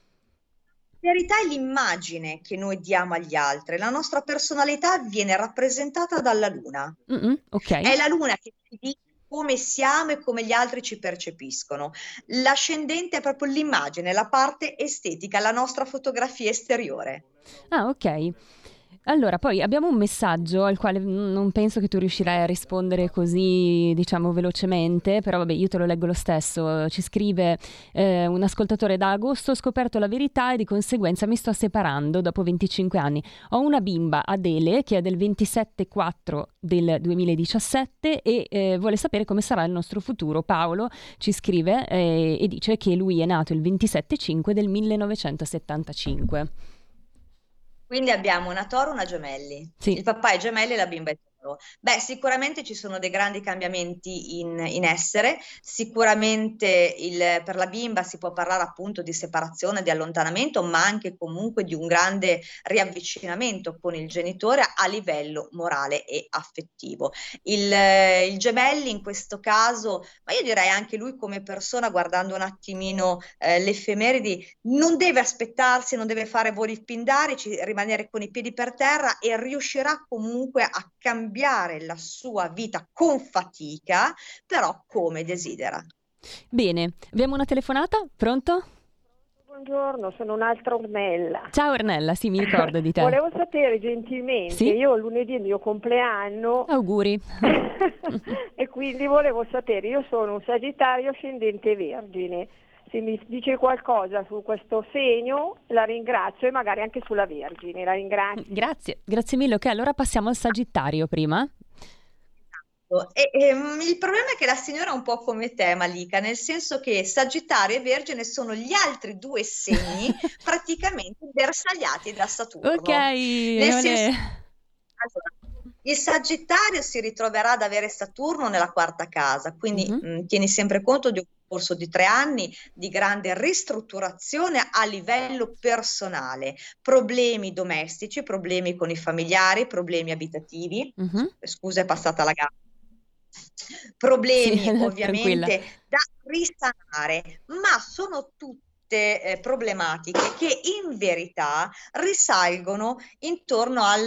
In verità è l'immagine che noi diamo agli altri. La nostra personalità viene rappresentata dalla luna. Ok. È la luna che ci dice come siamo e come gli altri ci percepiscono. L'ascendente è proprio l'immagine, la parte estetica, la nostra fotografia esteriore. Ah, ok. Allora, poi abbiamo un messaggio al quale non penso che tu riuscirai a rispondere così, diciamo, velocemente, però vabbè, io te lo leggo lo stesso. Ci scrive un ascoltatore: da agosto ho scoperto la verità e di conseguenza mi sto separando dopo 25 anni. Ho una bimba, Adele, che è del 27/4 del 2017 e vuole sapere come sarà il nostro futuro. Paolo ci scrive e dice che lui è nato il 27/5 del 1975. Quindi abbiamo una Toro, una Gemelli. Sì. Il papà è Gemelli e la bimba è Toro. Beh, sicuramente ci sono dei grandi cambiamenti in essere. Sicuramente per la bimba si può parlare appunto di separazione, di allontanamento, ma anche comunque di un grande riavvicinamento con il genitore a livello morale e affettivo. Il Gemelli in questo caso, ma io direi anche lui come persona, guardando un attimino le effemeridi, non deve aspettarsi, non deve fare voli pindarici, rimanere con i piedi per terra, e riuscirà comunque a cambiare la sua vita con fatica, però come desidera. Bene, abbiamo una telefonata? Pronto? Buongiorno, sono un'altra Ornella. Ciao Ornella, sì, mi ricordo di te. Volevo sapere gentilmente, sì? Io lunedì è il mio compleanno. Auguri. E quindi volevo sapere, io sono un Sagittario ascendente Vergine. Se mi dice qualcosa su questo segno la ringrazio, e magari anche sulla Vergine, la ringrazio. Grazie mille. Ok, allora passiamo al Sagittario prima. Il problema è che la signora è un po' come te, Malika, nel senso che Sagittario e Vergine sono gli altri due segni praticamente bersagliati da Saturno. Ok, il Sagittario si ritroverà ad avere Saturno nella quarta casa, quindi tieni sempre conto di un corso di 3 anni di grande ristrutturazione a livello personale, problemi domestici, problemi con i familiari, problemi abitativi. Scusa, è passata la gamba. Problemi sì, ovviamente da risanare, ma sono tutte problematiche che in verità risalgono intorno al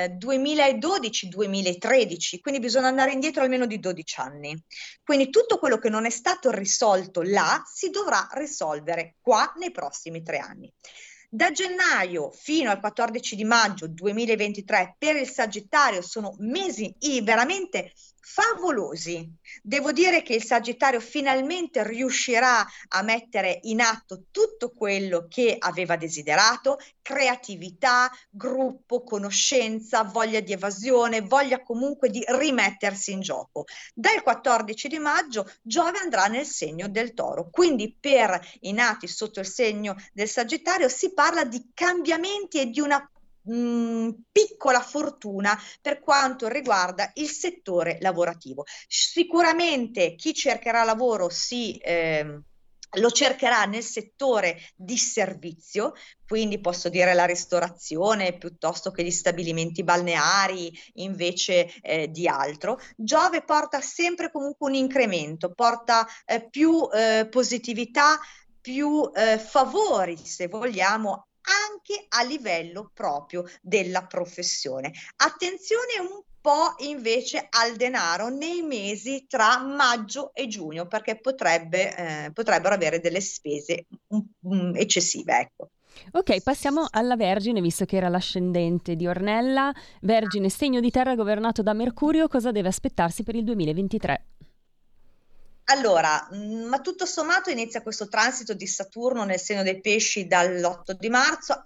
2012-2013, quindi bisogna andare indietro almeno di 12 anni. Quindi tutto quello che non è stato risolto là si dovrà risolvere qua nei prossimi 3 anni. Da gennaio fino al 14 di maggio 2023 per il Sagittario sono mesi veramente favolosi. Devo dire che il Sagittario finalmente riuscirà a mettere in atto tutto quello che aveva desiderato: creatività, gruppo, conoscenza, voglia di evasione, voglia comunque di rimettersi in gioco. Dal 14 di maggio Giove andrà nel segno del Toro, quindi per i nati sotto il segno del Sagittario si parla di cambiamenti e di una piccola fortuna per quanto riguarda il settore lavorativo. Sicuramente chi cercherà lavoro lo cercherà nel settore di servizio, quindi posso dire la ristorazione piuttosto che gli stabilimenti balneari invece di altro. Giove porta sempre comunque un incremento, porta più positività, più favori, se vogliamo, anche a livello proprio della professione. Attenzione un po' invece al denaro nei mesi tra maggio e giugno, perché potrebbero avere delle spese eccessive, ecco. Ok, passiamo alla Vergine, visto che era l'ascendente di Ornella. Vergine, segno di terra governato da Mercurio, cosa deve aspettarsi per il 2023? Allora, ma tutto sommato inizia questo transito di Saturno nel segno dei Pesci dall'8 di marzo. Ecco,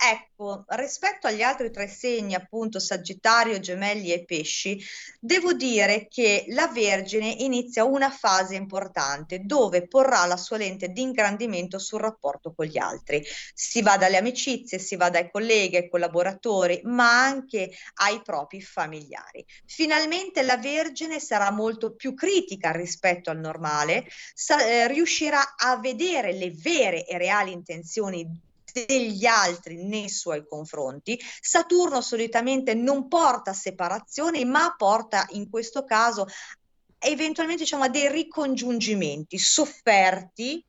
ecco, rispetto agli altri tre segni, appunto Sagittario, Gemelli e Pesci, devo dire che la Vergine inizia una fase importante dove porrà la sua lente di ingrandimento sul rapporto con gli altri. Si va dalle amicizie, si va dai colleghi, ai collaboratori, ma anche ai propri familiari. Finalmente la Vergine sarà molto più critica rispetto al normale, riuscirà a vedere le vere e reali intenzioni degli altri nei suoi confronti. Saturno solitamente non porta separazioni, ma porta in questo caso eventualmente, diciamo, a dei ricongiungimenti sofferti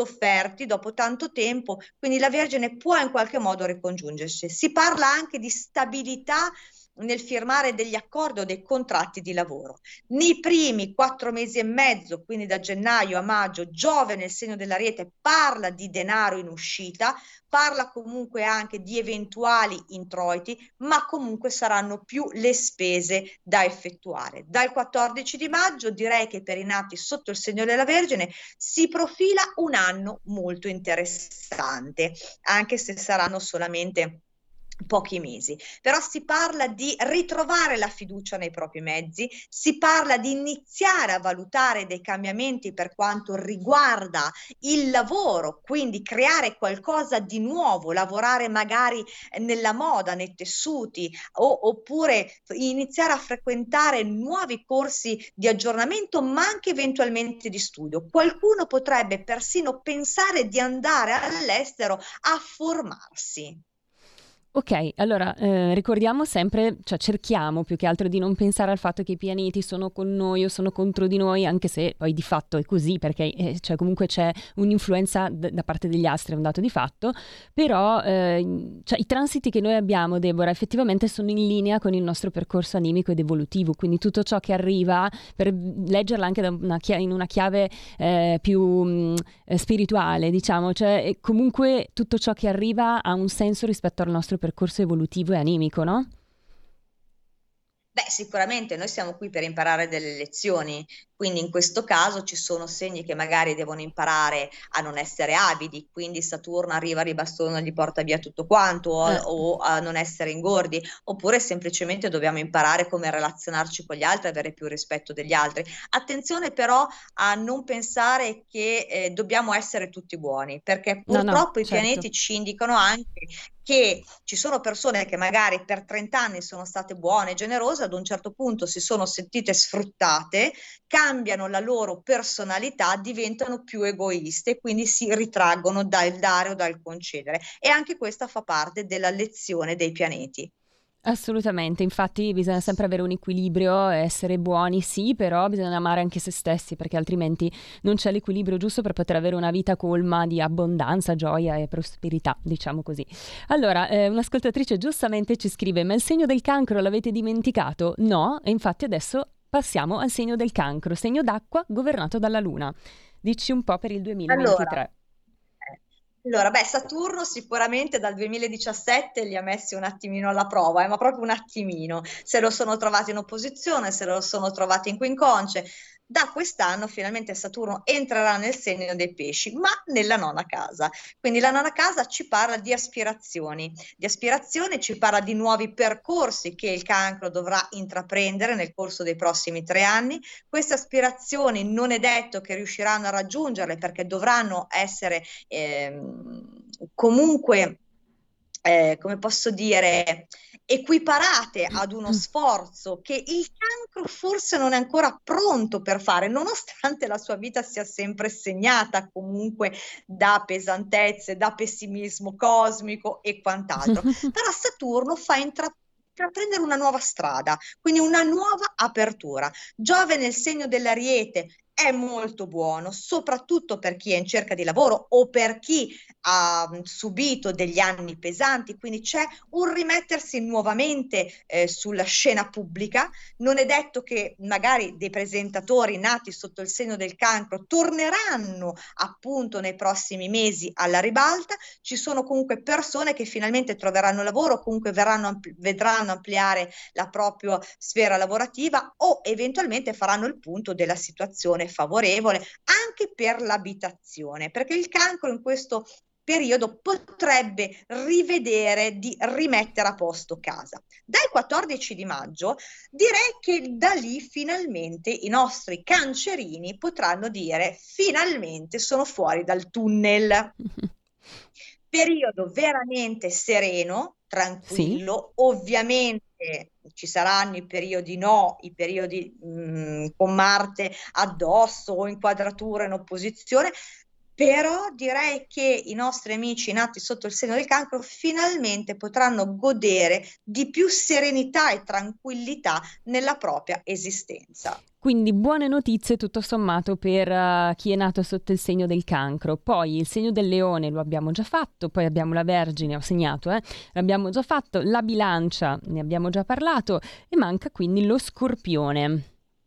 dopo tanto tempo, quindi la Vergine può in qualche modo ricongiungersi. Si parla anche di stabilità nel firmare degli accordi o dei contratti di lavoro. Nei primi 4 mesi e mezzo, quindi da gennaio a maggio, Giove nel segno dell'Ariete parla di denaro in uscita, parla comunque anche di eventuali introiti, ma comunque saranno più le spese da effettuare. Dal 14 di maggio direi che per i nati sotto il segno della Vergine si profila un anno molto interessante, anche se saranno solamente pochi mesi, però si parla di ritrovare la fiducia nei propri mezzi, si parla di iniziare a valutare dei cambiamenti per quanto riguarda il lavoro, quindi creare qualcosa di nuovo, lavorare magari nella moda, nei tessuti, oppure iniziare a frequentare nuovi corsi di aggiornamento, ma anche eventualmente di studio. Qualcuno potrebbe persino pensare di andare all'estero a formarsi. Ok, allora ricordiamo sempre, cioè cerchiamo più che altro di non pensare al fatto che i pianeti sono con noi o sono contro di noi, anche se poi di fatto è così, perché cioè, comunque c'è un'influenza da parte degli astri, è un dato di fatto, però cioè, i transiti che noi abbiamo, Deborah, effettivamente sono in linea con il nostro percorso animico ed evolutivo, quindi tutto ciò che arriva, per leggerla anche in una chiave più spirituale, diciamo, cioè comunque tutto ciò che arriva ha un senso rispetto al nostro percorso evolutivo e animico, no? Beh, sicuramente noi siamo qui per imparare delle lezioni, quindi in questo caso ci sono segni che magari devono imparare a non essere avidi, quindi Saturno arriva, ribastona, gli porta via tutto quanto, o a non essere ingordi, oppure semplicemente dobbiamo imparare come relazionarci con gli altri, avere più rispetto degli altri. Attenzione però a non pensare che dobbiamo essere tutti buoni, perché purtroppo i pianeti ci indicano anche che ci sono persone che magari per 30 anni sono state buone e generose, ad un certo punto si sono sentite sfruttate, cambiano la loro personalità, diventano più egoiste, quindi si ritraggono dal dare o dal concedere. E anche questa fa parte della lezione dei pianeti. Assolutamente, infatti bisogna sempre avere un equilibrio, essere buoni sì, però bisogna amare anche se stessi, perché altrimenti non c'è l'equilibrio giusto per poter avere una vita colma di abbondanza, gioia e prosperità, diciamo così. Allora, un'ascoltatrice giustamente ci scrive: ma il segno del cancro l'avete dimenticato? No, e infatti adesso passiamo al segno del cancro, segno d'acqua governato dalla luna. Dici un po' per il 2023. Allora, Saturno sicuramente dal 2017 li ha messi un attimino alla prova, ma proprio un attimino. Se lo sono trovati in opposizione, se lo sono trovati in quincunce. Da quest'anno finalmente Saturno entrerà nel segno dei pesci, ma nella nona casa. Quindi la nona casa ci parla di aspirazioni, ci parla di nuovi percorsi che il cancro dovrà intraprendere nel corso dei prossimi 3 anni. Queste aspirazioni non è detto che riusciranno a raggiungerle, perché dovranno essere comunque, come posso dire, equiparate ad uno sforzo che il cancro forse non è ancora pronto per fare, nonostante la sua vita sia sempre segnata comunque da pesantezze, da pessimismo cosmico e quant'altro. Però Saturno fa intraprendere una nuova strada, quindi una nuova apertura. Giove nel segno dell'Ariete è molto buono, soprattutto per chi è in cerca di lavoro o per chi ha subito degli anni pesanti, quindi c'è un rimettersi nuovamente sulla scena pubblica. Non è detto che magari dei presentatori nati sotto il segno del cancro torneranno appunto nei prossimi mesi alla ribalta. Ci sono comunque persone che finalmente troveranno lavoro, comunque vedranno ampliare la propria sfera lavorativa o eventualmente faranno il punto della situazione favorevole anche per l'abitazione, perché il cancro in questo periodo potrebbe rivedere di rimettere a posto casa. Dal 14 di maggio direi che da lì finalmente i nostri cancerini potranno dire finalmente sono fuori dal tunnel. Periodo veramente sereno, tranquillo, ovviamente ci saranno i periodi i periodi con Marte addosso o inquadratura in opposizione, però direi che i nostri amici nati sotto il segno del Cancro finalmente potranno godere di più serenità e tranquillità nella propria esistenza. Quindi buone notizie tutto sommato per chi è nato sotto il segno del Cancro. Poi il segno del Leone lo abbiamo già fatto, poi abbiamo la Vergine, ho segnato, l'abbiamo già fatto, la Bilancia ne abbiamo già parlato e manca quindi lo Scorpione.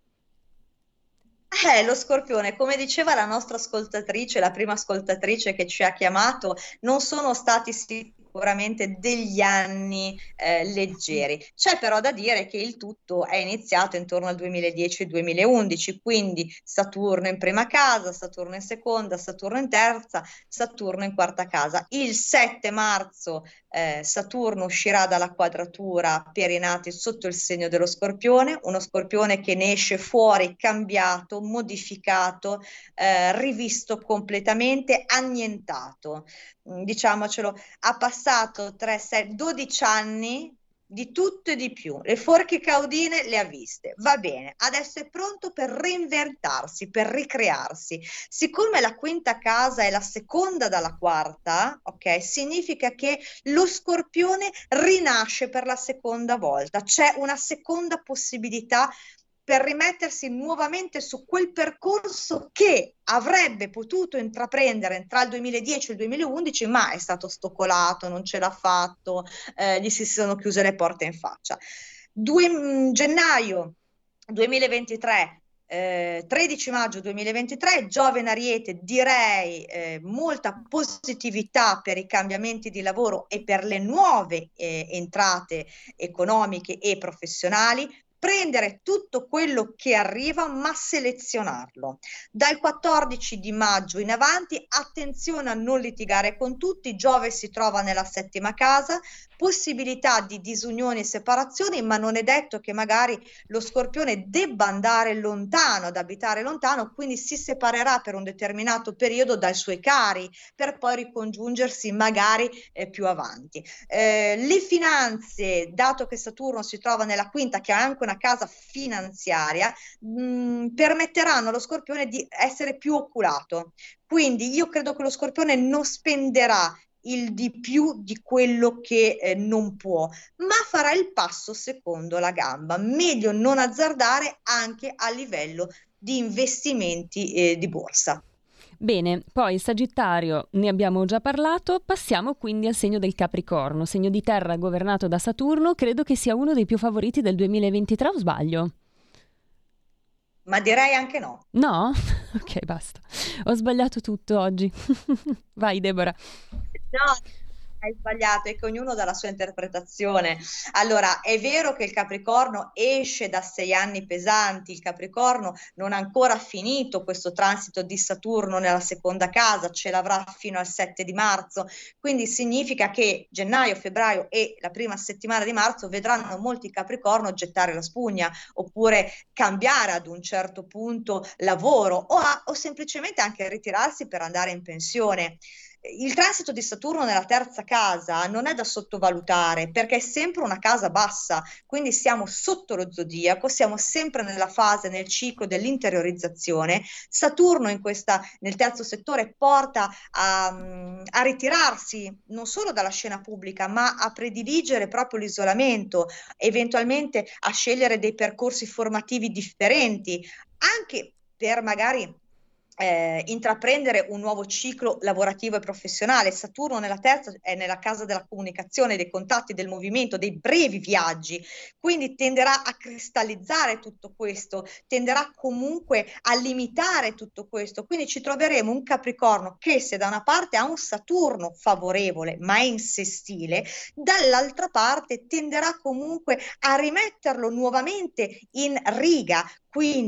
Lo Scorpione, come diceva la nostra ascoltatrice, la prima ascoltatrice che ci ha chiamato, non sono stati sicuramente degli anni leggeri. C'è però da dire che il tutto è iniziato intorno al 2010-2011, quindi Saturno in prima casa, Saturno in seconda, Saturno in terza, Saturno in quarta casa. Il 7 marzo Saturno uscirà dalla quadratura per i nati sotto il segno dello Scorpione, uno Scorpione che ne esce fuori cambiato, modificato, rivisto completamente, annientato. Diciamocelo, ha passato 12 anni di tutto e di più, le forche caudine le ha viste, va bene, adesso è pronto per reinventarsi, per ricrearsi. Siccome la quinta casa è la seconda dalla quarta, ok, significa che lo Scorpione rinasce per la seconda volta, c'è una seconda possibilità per rimettersi nuovamente su quel percorso che avrebbe potuto intraprendere tra il 2010 e il 2011, ma è stato ostacolato, non ce l'ha fatto, gli si sono chiuse le porte in faccia. Gennaio 2023, 13 maggio 2023, Giove in Ariete, direi molta positività per i cambiamenti di lavoro e per le nuove entrate economiche e professionali. Prendere tutto quello che arriva ma selezionarlo. Dal 14 di maggio in avanti attenzione a non litigare con tutti, Giove si trova nella settima casa, possibilità di disunioni e separazioni, ma non è detto che magari lo Scorpione debba andare lontano, ad abitare lontano, quindi si separerà per un determinato periodo dai suoi cari per poi ricongiungersi magari più avanti. Le finanze, dato che Saturno si trova nella quinta, che ha anche una casa finanziaria, permetteranno allo Scorpione di essere più oculato. Quindi io credo che lo Scorpione non spenderà il di più di quello che non può, ma farà il passo secondo la gamba. Meglio non azzardare anche a livello di investimenti di borsa. Bene, poi Sagittario ne abbiamo già parlato, passiamo quindi al segno del Capricorno, segno di terra governato da Saturno, credo che sia uno dei più favoriti del 2023, o sbaglio? Ma direi anche no. No? Ok, basta. Ho sbagliato tutto oggi. Vai, Deborah. No, hai sbagliato, è che ognuno dà la sua interpretazione. Allora, è vero che il Capricorno esce da 6 anni pesanti, il Capricorno non ha ancora finito questo transito di Saturno nella seconda casa, ce l'avrà fino al 7 di marzo, quindi significa che gennaio, febbraio e la prima settimana di marzo vedranno molti Capricorno gettare la spugna, oppure cambiare ad un certo punto lavoro o semplicemente anche ritirarsi per andare in pensione. Il transito di Saturno nella terza casa non è da sottovalutare perché è sempre una casa bassa, quindi siamo sotto lo zodiaco, siamo sempre nella fase, nel ciclo dell'interiorizzazione. Saturno nel terzo settore porta a ritirarsi non solo dalla scena pubblica, ma a prediligere proprio l'isolamento, eventualmente a scegliere dei percorsi formativi differenti, anche per magari intraprendere un nuovo ciclo lavorativo e professionale. Saturno nella terza è nella casa della comunicazione, dei contatti, del movimento, dei brevi viaggi, quindi tenderà a cristallizzare tutto questo, tenderà comunque a limitare tutto questo, quindi ci troveremo un Capricorno che, se da una parte ha un Saturno favorevole ma è in sestile, dall'altra parte tenderà comunque a rimetterlo nuovamente in riga, quindi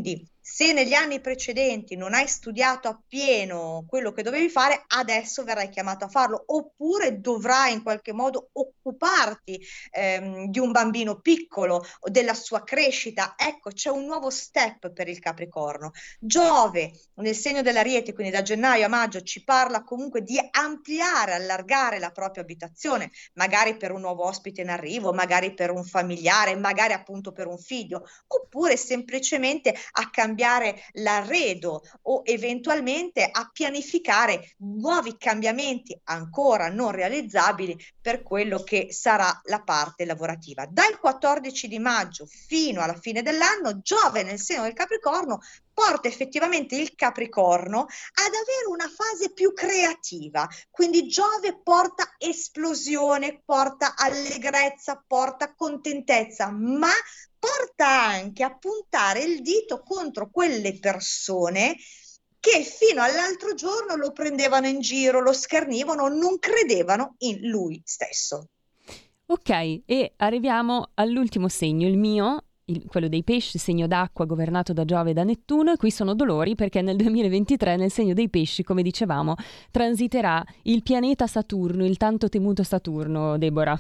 Se negli anni precedenti non hai studiato appieno quello che dovevi fare, adesso verrai chiamato a farlo, oppure dovrai in qualche modo occuparti di un bambino piccolo o della sua crescita. Ecco, c'è un nuovo step per il Capricorno. Giove nel segno dell'Ariete, quindi da gennaio a maggio, ci parla comunque di ampliare, allargare la propria abitazione, magari per un nuovo ospite in arrivo, magari per un familiare, magari appunto per un figlio, oppure semplicemente a cambiare l'arredo o eventualmente a pianificare nuovi cambiamenti ancora non realizzabili per quello che sarà la parte lavorativa. Dal 14 di maggio fino alla fine dell'anno, Giove nel segno del Capricorno porta effettivamente il Capricorno ad avere una fase più creativa, quindi Giove porta esplosione, porta allegrezza, porta contentezza, ma porta anche a puntare il dito contro quelle persone che fino all'altro giorno lo prendevano in giro, lo schernivano, non credevano in lui stesso. Ok, e arriviamo all'ultimo segno, il mio, quello dei pesci, segno d'acqua governato da Giove e da Nettuno, e qui sono dolori perché nel 2023 nel segno dei pesci, come dicevamo, transiterà il pianeta Saturno, il tanto temuto Saturno, Deborah.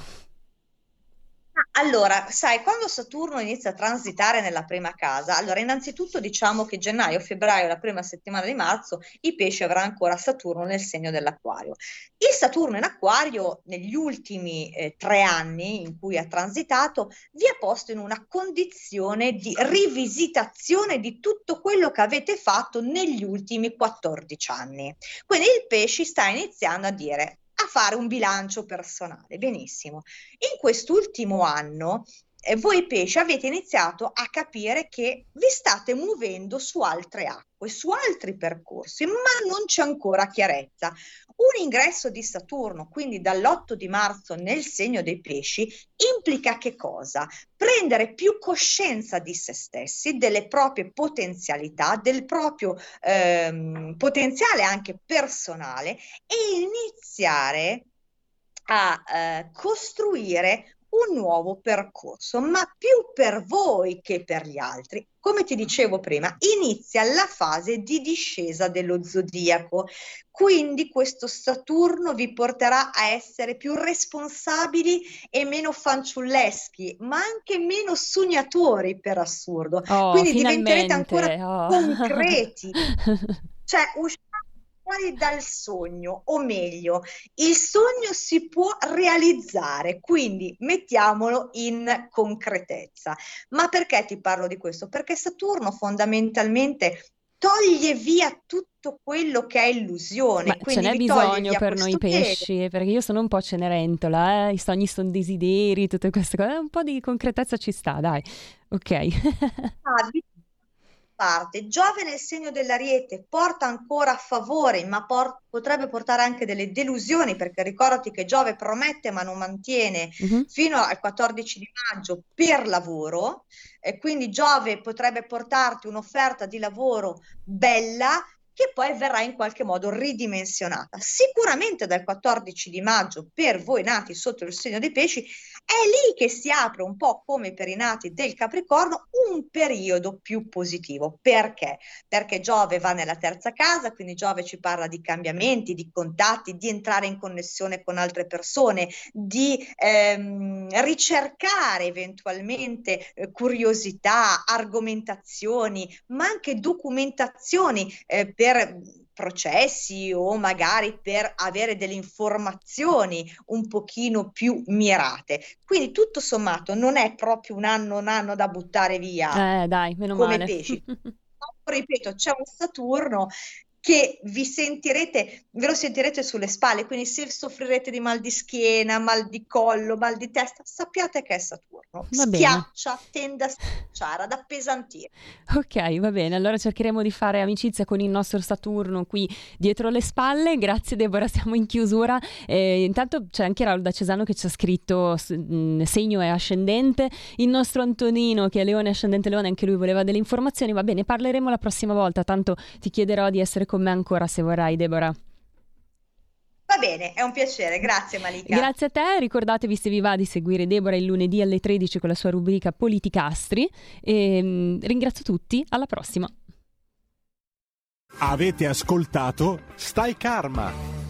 Allora, sai, quando Saturno inizia a transitare nella prima casa, allora innanzitutto diciamo che gennaio, febbraio, la prima settimana di marzo, i pesci avrà ancora Saturno nel segno dell'Acquario. Il Saturno in Acquario, negli ultimi 3 anni in cui ha transitato, vi ha posto in una condizione di rivisitazione di tutto quello che avete fatto negli ultimi 14 anni. Quindi il pesci sta iniziando a fare un bilancio personale. Benissimo. In quest'ultimo anno voi pesci avete iniziato a capire che vi state muovendo su altre acque, su altri percorsi, ma non c'è ancora chiarezza. Un ingresso di Saturno, quindi dall'8 di marzo nel segno dei pesci, implica che cosa? Prendere più coscienza di se stessi, delle proprie potenzialità, del proprio potenziale anche personale, e iniziare a costruire un nuovo percorso, ma più per voi che per gli altri. Come ti dicevo prima, inizia la fase di discesa dello zodiaco, quindi questo Saturno vi porterà a essere più responsabili e meno fanciulleschi, ma anche meno sognatori, per assurdo. Quindi diventerete ancora concreti, cioè uscite fuori dal sogno, o meglio, il sogno si può realizzare, quindi mettiamolo in concretezza. Ma perché ti parlo di questo? Perché Saturno fondamentalmente toglie via tutto quello che è illusione. Ma ce n'è bisogno per noi pesci, perché io sono un po' Cenerentola, i sogni sono desideri, tutte queste cose, un po' di concretezza ci sta, dai, ok. Parte. Giove nel segno dell'Ariete porta ancora favore, ma potrebbe portare anche delle delusioni, perché ricordati che Giove promette ma non mantiene fino al 14 di maggio per lavoro, e quindi Giove potrebbe portarti un'offerta di lavoro bella che poi verrà in qualche modo ridimensionata. Sicuramente dal 14 di maggio per voi nati sotto il segno dei pesci è lì che si apre, un po' come per i nati del Capricorno, un periodo più positivo. Perché? Perché Giove va nella terza casa, quindi Giove ci parla di cambiamenti, di contatti, di entrare in connessione con altre persone, di ricercare eventualmente curiosità, argomentazioni, ma anche documentazioni per processi o magari per avere delle informazioni un pochino più mirate. Quindi tutto sommato non è proprio un anno da buttare via, dai, meno come male. pesci. Ripeto, c'è un Saturno che ve lo sentirete sulle spalle, quindi se soffrirete di mal di schiena, mal di collo, mal di testa, sappiate che è Saturno. Schiaccia, tende a schiacciare, ad appesantire. Ok, va bene, allora cercheremo di fare amicizia con il nostro Saturno qui dietro le spalle. Grazie Deborah, siamo in chiusura. Intanto c'è anche Raul da Cesano che ci ha scritto segno è ascendente, il nostro Antonino che è Leone, ascendente Leone, anche lui voleva delle informazioni. Va bene, parleremo la prossima volta, tanto ti chiederò di essere con me ancora se vorrai, Deborah. Va bene, è un piacere, grazie Malika. Grazie a te, ricordatevi se vi va di seguire Deborah il lunedì alle 13 con la sua rubrica Politicastri, e ringrazio tutti, alla prossima. Avete ascoltato Stai Karma.